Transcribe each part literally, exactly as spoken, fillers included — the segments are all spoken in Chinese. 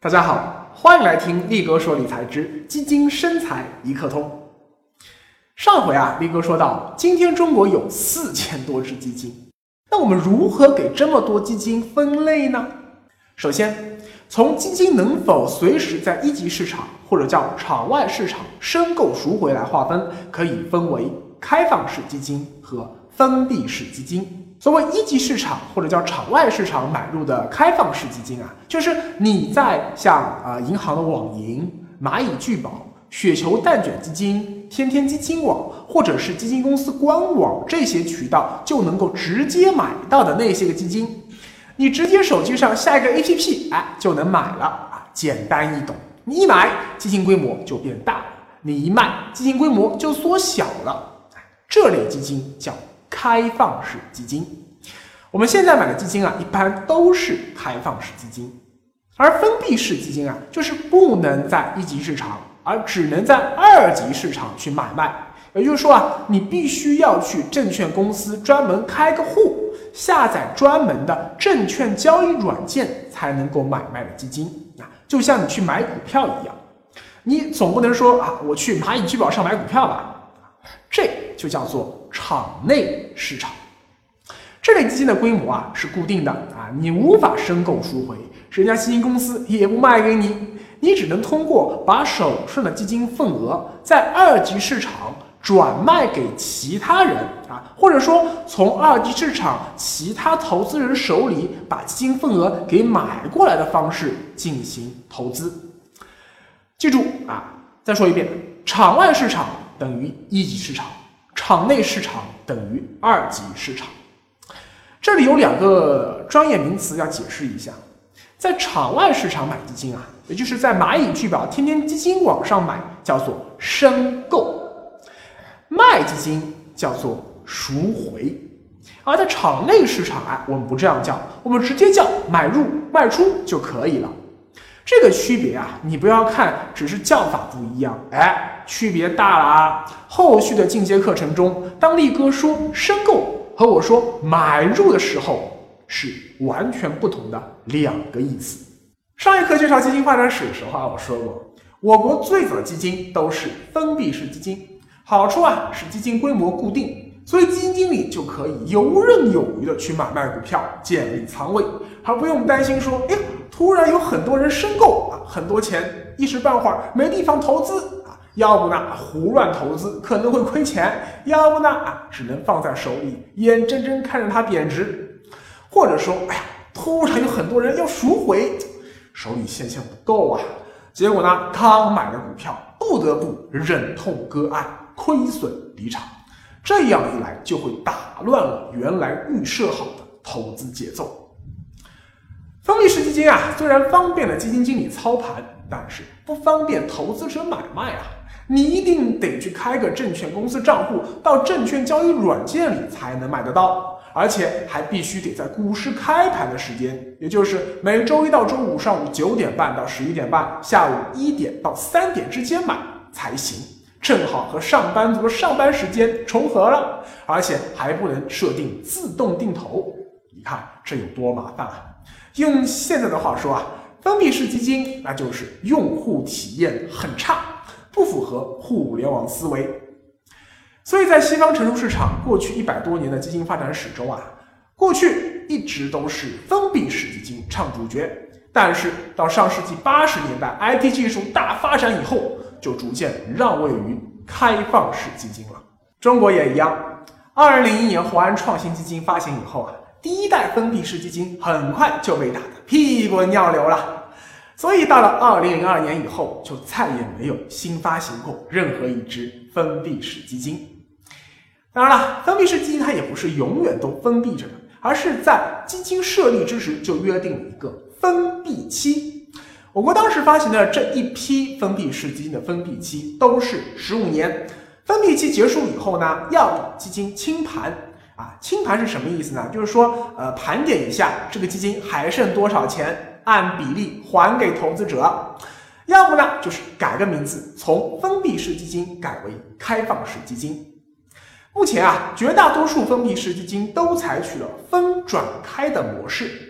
大家好，欢迎来听力哥说理财之基金生财一课通。上回啊，力哥说到，今天中国有四千多只基金，那我们如何给这么多基金分类呢？首先，从基金能否随时在一级市场或者叫场外市场申购赎回来划分，可以分为开放式基金和封闭式基金。所谓一级市场或者叫场外市场买入的开放式基金啊，就是你在像啊、呃、银行的网银、蚂蚁聚宝、雪球蛋卷基金、天天基金网或者是基金公司官网这些渠道就能够直接买到的那些个基金，你直接手机上下一个 A P P， 哎，就能买了啊，简单易懂。你一买，基金规模就变大了；你一卖，基金规模就缩小了。这类基金叫开放式基金。我们现在买的基金啊，一般都是开放式基金。而封闭式基金啊，就是不能在一级市场，而只能在二级市场去买卖。也就是说啊，你必须要去证券公司专门开个户，下载专门的证券交易软件才能够买卖的基金啊，就像你去买股票一样。你总不能说啊，我去蚂蚁聚宝上买股票吧？这就叫做场内市场。这类基金的规模啊是固定的啊，你无法申购赎回，人家基金公司也不卖给你，你只能通过把手上的基金份额在二级市场转卖给其他人啊，或者说从二级市场其他投资人手里把基金份额给买过来的方式进行投资。记住啊，再说一遍，场外市场等于一级市场，场内市场等于二级市场。这里有两个专业名词要解释一下。在场外市场买基金啊，也就是在蚂蚁聚宝、天天基金网上买，叫做申购；卖基金叫做赎回。而在场内市场啊，我们不这样叫，我们直接叫买入卖出就可以了。这个区别啊，你不要看只是叫法不一样，哎，区别大了啊！后续的进阶课程中，当力哥说申购和我说买入的时候，是完全不同的两个意思。上一课介绍基金发展史的时候啊，我说过，我国最早的基金都是封闭式基金，好处啊是基金规模固定，所以基金经理就可以游刃有余的去买卖股票，建立仓位，而不用担心说，哎，突然有很多人申购啊，很多钱一时半会儿没地方投资啊，要不呢胡乱投资可能会亏钱，要不呢啊只能放在手里，眼睁睁看着它贬值，或者说，哎呀，突然有很多人要赎回，手里现钱不够啊，结果呢刚买的股票不得不忍痛割爱，亏损离场。这样一来就会打乱了原来预设好的投资节奏。封闭式基金啊，虽然方便了基金经理操盘，但是不方便投资者买卖啊。你一定得去开个证券公司账户，到证券交易软件里才能买得到，而且还必须得在股市开盘的时间，也就是每周一到周五上午九点半到十一点半，下午一点到三点之间买才行。正好和上班族的上班时间重合了，而且还不能设定自动定投。你看这有多麻烦啊！用现在的话说啊，封闭式基金那就是用户体验很差，不符合互联网思维。所以在西方成熟市场过去一百多年的基金发展史中啊，过去一直都是封闭式基金唱主角，但是到上世纪八十年代 I T 技术大发展以后，就逐渐让位于开放式基金了。中国也一样，二零零一年华安创新基金发行以后啊，第一代封闭式基金很快就被打得屁滚尿流了，所以到了二零零二年以后，就再也没有新发行过任何一支封闭式基金。当然了，封闭式基金它也不是永远都封闭着的，而是在基金设立之时就约定了一个封闭期。我国当时发行的这一批封闭式基金的封闭期都是十五年，封闭期结束以后呢，要基金清盘啊，清盘是什么意思呢？就是说，呃，盘点一下这个基金还剩多少钱，按比例还给投资者。要不呢，就是改个名字，从封闭式基金改为开放式基金。目前啊，绝大多数封闭式基金都采取了分转开的模式。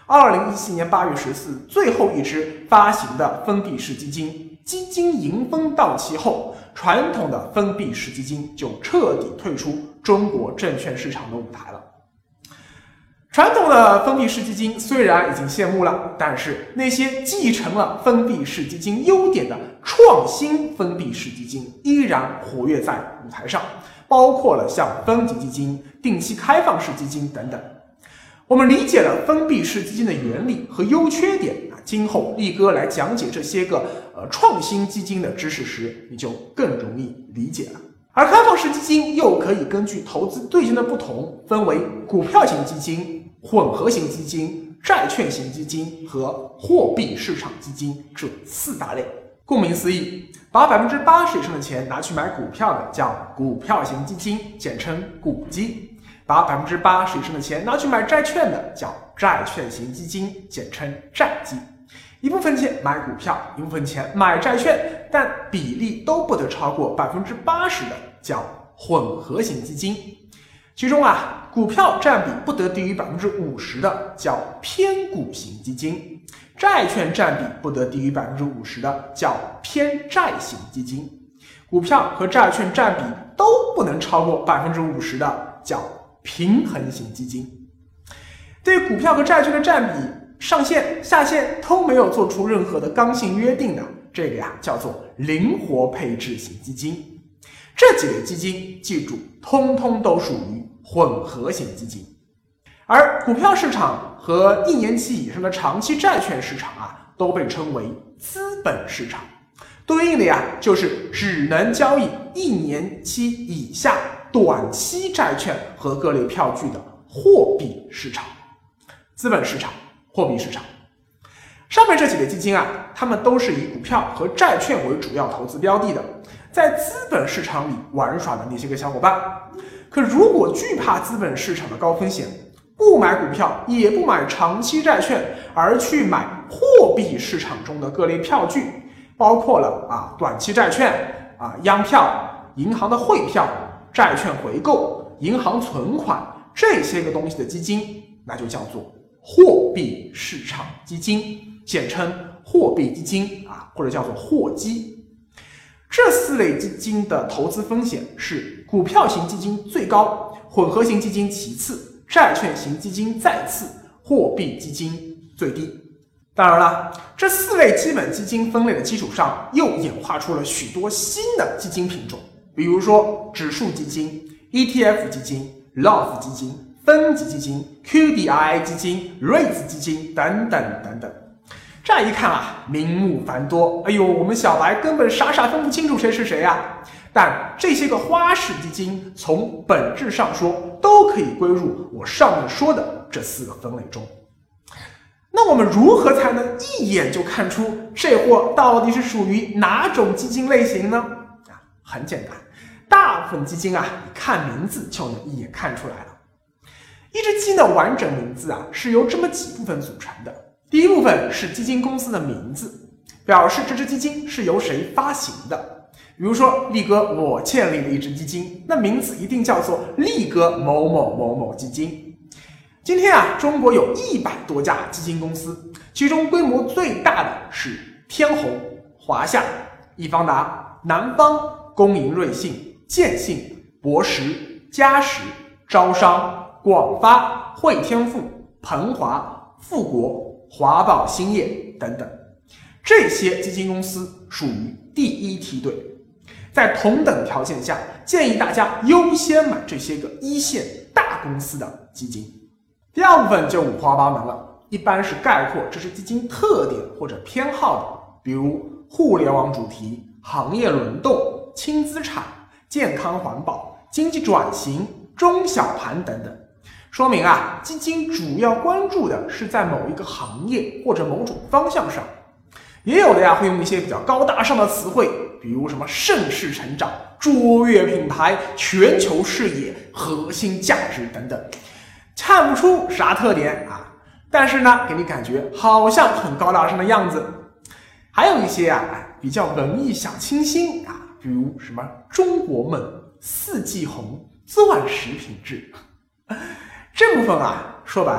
二零一七年八月十四，最后一支发行的封闭式基金基金迎风到期后，传统的封闭式基金就彻底退出中国证券市场的舞台了。传统的封闭式基金虽然已经谢幕了，但是那些继承了封闭式基金优点的创新封闭式基金依然活跃在舞台上，包括了像分级基金、定期开放式基金等等。我们理解了封闭式基金的原理和优缺点啊，今后力哥来讲解这些个呃创新基金的知识时，你就更容易理解了。而开放式基金又可以根据投资对象的不同，分为股票型基金、混合型基金、债券型基金和货币市场基金这四大类。顾名思义，把 百分之八十 以上的钱拿去买股票的叫股票型基金，简称股基；把 百分之八十 以上的钱拿去买债券的叫债券型基金，简称债基。一部分钱买股票，一部分钱买债券，但比例都不得超过 百分之八十 的叫混合型基金。其中啊，股票占比不得低于 百分之五十 的叫偏股型基金，债券占比不得低于 百分之五十 的叫偏债型基金，股票和债券占比都不能超过 百分之五十 的叫平衡型基金。对于股票和债券的占比上限下限都没有做出任何的刚性约定的，这个呀叫做灵活配置型基金。这几类基金记住，通通都属于混合型基金。而股票市场和一年期以上的长期债券市场啊，都被称为资本市场，对应的呀就是只能交易一年期以下短期债券和各类票据的货币市场。资本市场、货币市场，上面这几类基金啊，它们都是以股票和债券为主要投资标的的，在资本市场里玩耍的那些个小伙伴。可如果惧怕资本市场的高风险，不买股票也不买长期债券，而去买货币市场中的各类票据，包括了啊短期债券、啊央票、银行的汇票、债券回购、银行存款这些个东西的基金，那就叫做货币市场基金，简称货币基金啊，或者叫做货基。这四类基金的投资风险是股票型基金最高，混合型基金其次，债券型基金再次，货币基金最低。当然了，这四类基本基金分类的基础上，又演化出了许多新的基金品种，比如说指数基金、E T F 基金、L O F 基金、分级基金、Q D I A 基金、REITs 基金等等等等。乍一看啊，名目繁多，哎呦，我们小白根本傻傻分不清楚谁是谁啊。但这些个花式基金从本质上说，都可以归入我上面说的这四个分类中。那我们如何才能一眼就看出这货到底是属于哪种基金类型呢？啊，很简单，大部分基金啊，你看名字就能一眼看出来了。一只基金的完整名字啊，是由这么几部分组成的。第一部分是基金公司的名字，表示这支基金是由谁发行的。比如说力哥我建立了一支基金，那名字一定叫做力哥某某某某基金。今天啊，中国有一百多家基金公司，其中规模最大的是天弘、华夏、易方达、南方、工银瑞信、建信、博时、嘉实、招商、广发、汇添富、鹏华、富国、华宝兴业等等。这些基金公司属于第一梯队，在同等条件下，建议大家优先买这些个一线大公司的基金。第二部分就五花八门了，一般是概括这是基金特点或者偏好的，比如互联网主题、行业轮动、轻资产、健康环保、经济转型、中小盘等等。说明啊，基金主要关注的是在某一个行业或者某种方向上。也有的呀会用一些比较高大上的词汇，比如什么盛世成长、卓越品牌、全球视野、核心价值等等，看不出啥特点啊，但是呢给你感觉好像很高大上的样子。还有一些啊比较文艺小清新啊，比如什么中国梦、四季红、钻石品质。这部分啊说白了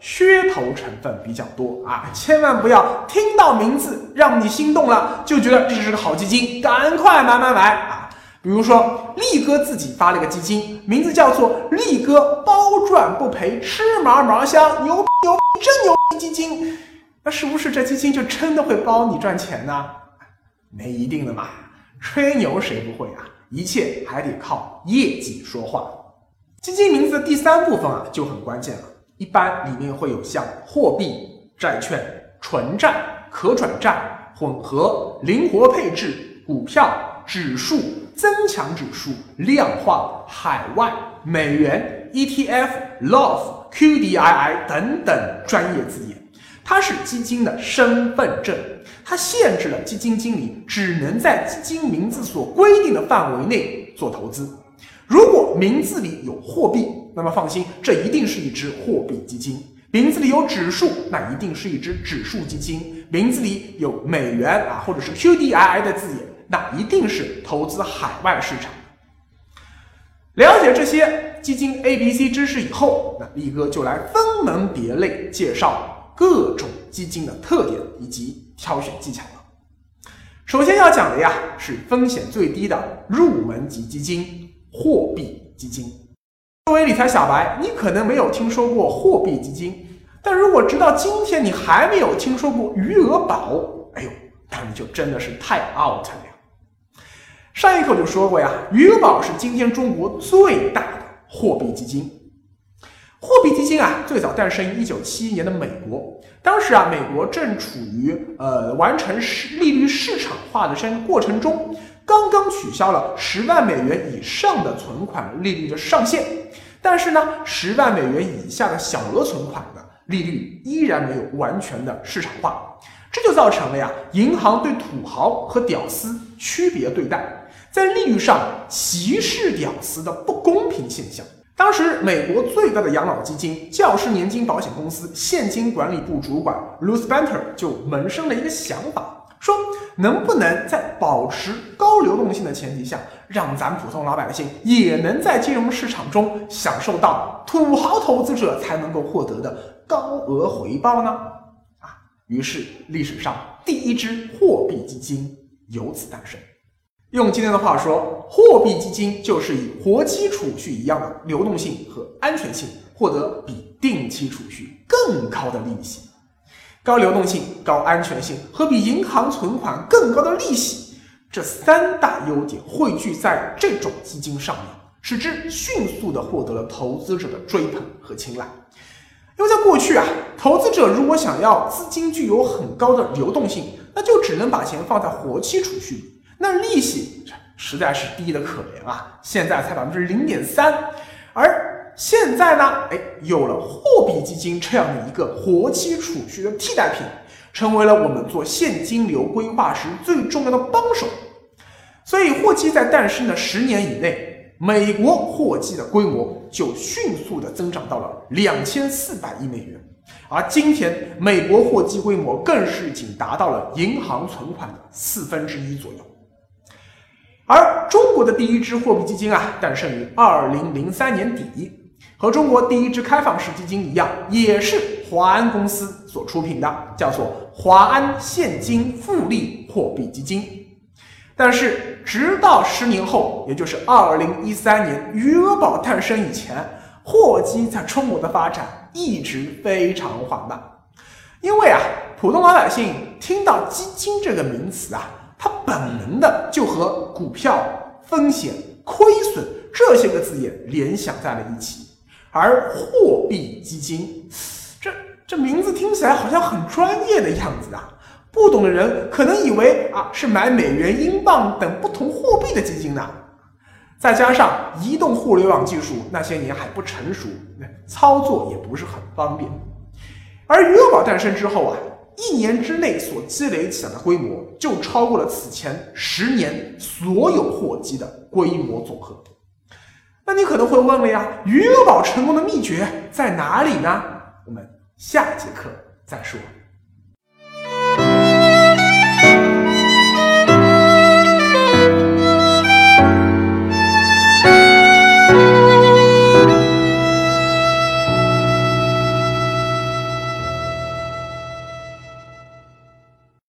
噱头成分比较多啊，千万不要听到名字让你心动了，就觉得这是个好基金，赶快买买买啊！比如说力哥自己发了一个基金，名字叫做力哥包赚不赔，吃嘛嘛香，牛逼牛逼真牛逼基金，那是不是这基金就真的会包你赚钱呢？没一定的嘛，吹牛谁不会啊？一切还得靠业绩说话。基金名字的第三部分啊就很关键了，一般里面会有像货币、债券、纯债、可转债、混合、灵活配置、股票、指数、增强指数、量化、海外、美元、E T F、L O F、Q D I I 等等专业字眼。它是基金的身份证，它限制了基金经理只能在基金名字所规定的范围内做投资。如果名字里有货币，那么放心，这一定是一只货币基金；名字里有指数，那一定是一只指数基金；名字里有美元啊，或者是 Q D I I 的字眼，那一定是投资海外市场。了解这些基金 A B C 知识以后，那力哥就来分门别类介绍各种基金的特点以及挑选技巧了。首先要讲的呀是风险最低的入门级基金——货币基金。作为理财小白，你可能没有听说过货币基金，但如果直到今天你还没有听说过余额宝，哎呦，那你就真的是太 out 了呀。上一口就说过呀，余额宝是今天中国最大的货币基金。货币基金啊，最早诞生于一九七一年的美国。当时啊，美国正处于呃完成利率市场化的这样过程中，刚刚取消了十万美元以上的存款利率的上限，但是呢，十万美元以下的小额存款的利率依然没有完全的市场化，这就造成了呀，银行对土豪和屌丝区别对待，在利率上歧视屌丝的不公平现象。当时美国最大的养老基金教师年金保险公司现金管理部主管 Ruth Banter 就萌生了一个想法，说能不能在保持高流动性的前提下，让咱普通老百姓也能在金融市场中享受到土豪投资者才能够获得的高额回报呢？啊，于是历史上第一支货币基金由此诞生。用今天的话说，货币基金就是以活期储蓄一样的流动性和安全性，获得比定期储蓄更高的利息。高流动性、高安全性和比银行存款更高的利息，这三大优点汇聚在这种基金上面，使之迅速地获得了投资者的追捧和青睐。因为在过去啊，投资者如果想要资金具有很高的流动性，那就只能把钱放在活期储蓄里。那利息实在是低得可怜啊，现在才 百分之零点三， 而现在呢，哎，有了货币基金这样的一个活期储蓄的替代品，成为了我们做现金流规划时最重要的帮手。所以货基在诞生的十年以内，美国货基的规模就迅速的增长到了两千四百亿美元，而今天美国货基规模更是已经达到了银行存款的四分之一左右。而中国的第一支货币基金啊，诞生于二零零三年底，和中国第一支开放式基金一样，也是华安公司所出品的，叫做华安现金复利货币基金。但是直到十年后，也就是二零一三年余额宝诞生以前，货基在中国的发展一直非常缓慢。因为啊，普通老百姓听到基金这个名词啊，他本能的就和股票、风险、亏损这些个字眼联想在了一起，而货币基金，这这名字听起来好像很专业的样子啊，不懂的人可能以为啊是买美元、英镑等不同货币的基金呢。再加上移动互联网技术那些年还不成熟，操作也不是很方便。而余额宝诞生之后啊，一年之内所积累起来的规模就超过了此前十年所有货基的规模总和。那你可能会问了呀，余额宝成功的秘诀在哪里呢？我们下节课再说。